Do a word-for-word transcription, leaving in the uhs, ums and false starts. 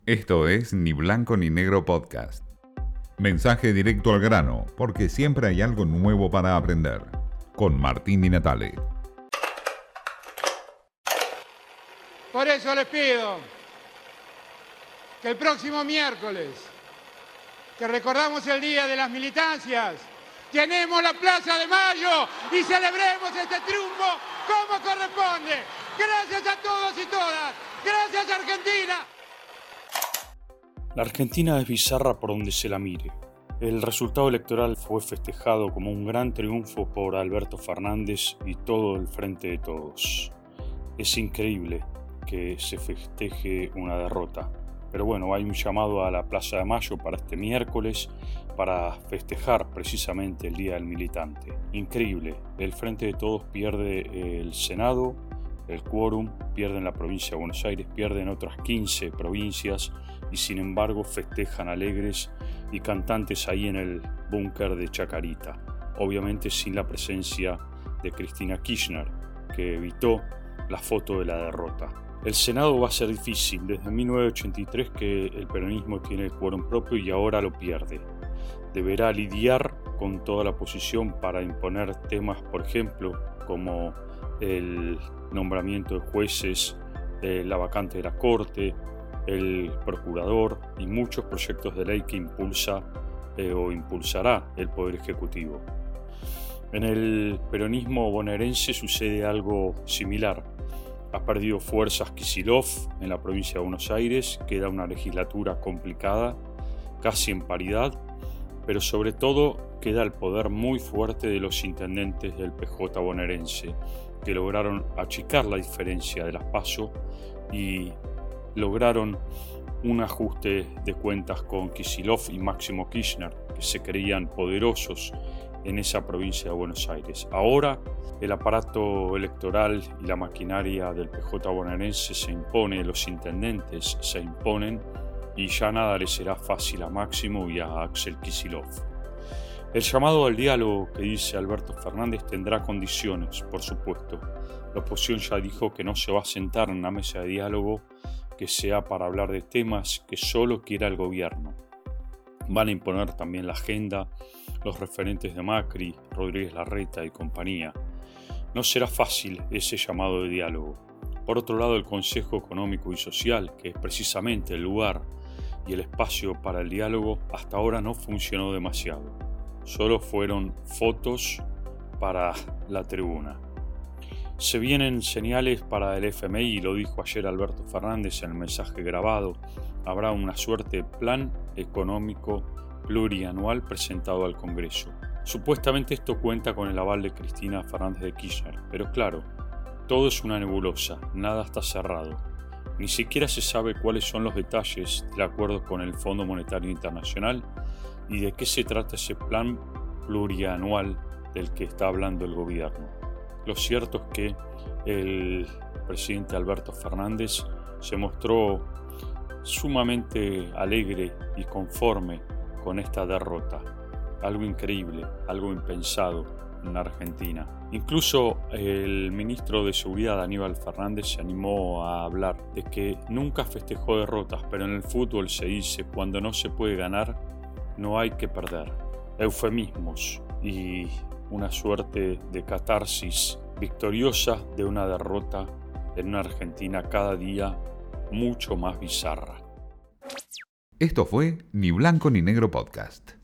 Esto es Ni Blanco ni Negro Podcast. Mensaje directo al grano, porque siempre hay algo nuevo para aprender. Con Martín Di Natale. Por eso les pido que el próximo miércoles, que recordamos el Día de las Militancias, llenemos la Plaza de Mayo y celebremos este triunfo como corresponde. Gracias a todos y todas. Gracias, Argentina. La Argentina es bizarra por donde se la mire. El resultado electoral fue festejado como un gran triunfo por Alberto Fernández y todo el Frente de Todos. Es increíble que se festeje una derrota. Pero bueno, hay un llamado a la Plaza de Mayo para este miércoles para festejar precisamente el Día del Militante. Increíble, el Frente de Todos pierde el Senado, el quórum, pierden la provincia de Buenos Aires, pierden otras quince provincias y sin embargo festejan alegres y cantantes ahí en el búnker de Chacarita. Obviamente sin la presencia de Cristina Kirchner, que evitó la foto de la derrota. El Senado va a ser difícil, desde mil novecientos ochenta y tres que el peronismo tiene el quórum propio y ahora lo pierde. Deberá lidiar con toda la oposición para imponer temas, por ejemplo, como el nombramiento de jueces, eh, la vacante de la Corte, el procurador y muchos proyectos de ley que impulsa eh, o impulsará el Poder Ejecutivo. En el peronismo bonaerense sucede algo similar. Ha perdido fuerzas Kicillof en la provincia de Buenos Aires, queda una legislatura complicada, casi en paridad, pero sobre todo queda el poder muy fuerte de los intendentes del P J bonaerense, que lograron achicar la diferencia de las PASO y lograron un ajuste de cuentas con Kicillof y Máximo Kirchner, que se creían poderosos en esa provincia de Buenos Aires. Ahora el aparato electoral y la maquinaria del P J bonaerense se impone, los intendentes se imponen y ya nada le será fácil a Máximo y a Axel Kicillof. El llamado al diálogo que dice Alberto Fernández tendrá condiciones, por supuesto. La oposición ya dijo que no se va a sentar en una mesa de diálogo que sea para hablar de temas que solo quiera el gobierno. Van a imponer también la agenda los referentes de Macri, Rodríguez Larreta y compañía. No será fácil ese llamado de diálogo. Por otro lado, el Consejo Económico y Social, que es precisamente el lugar y el espacio para el diálogo, hasta ahora no funcionó demasiado. Solo fueron fotos para la tribuna. Se vienen señales para el F M I, lo dijo ayer Alberto Fernández en el mensaje grabado. Habrá una suerte de plan económico plurianual presentado al Congreso. Supuestamente esto cuenta con el aval de Cristina Fernández de Kirchner, pero claro, todo es una nebulosa, nada está cerrado. Ni siquiera se sabe cuáles son los detalles del acuerdo con el Fondo Monetario Internacional y de qué se trata ese plan plurianual del que está hablando el gobierno. Lo cierto es que el presidente Alberto Fernández se mostró sumamente alegre y conforme con esta derrota. Algo increíble, algo impensado en Argentina. Incluso el ministro de Seguridad, Aníbal Fernández, se animó a hablar de que nunca festejó derrotas, pero en el fútbol se dice: cuando no se puede ganar, no hay que perder. Eufemismos y una suerte de catarsis victoriosa de una derrota en una Argentina cada día mucho más bizarra. Esto fue Ni Blanco ni Negro Podcast.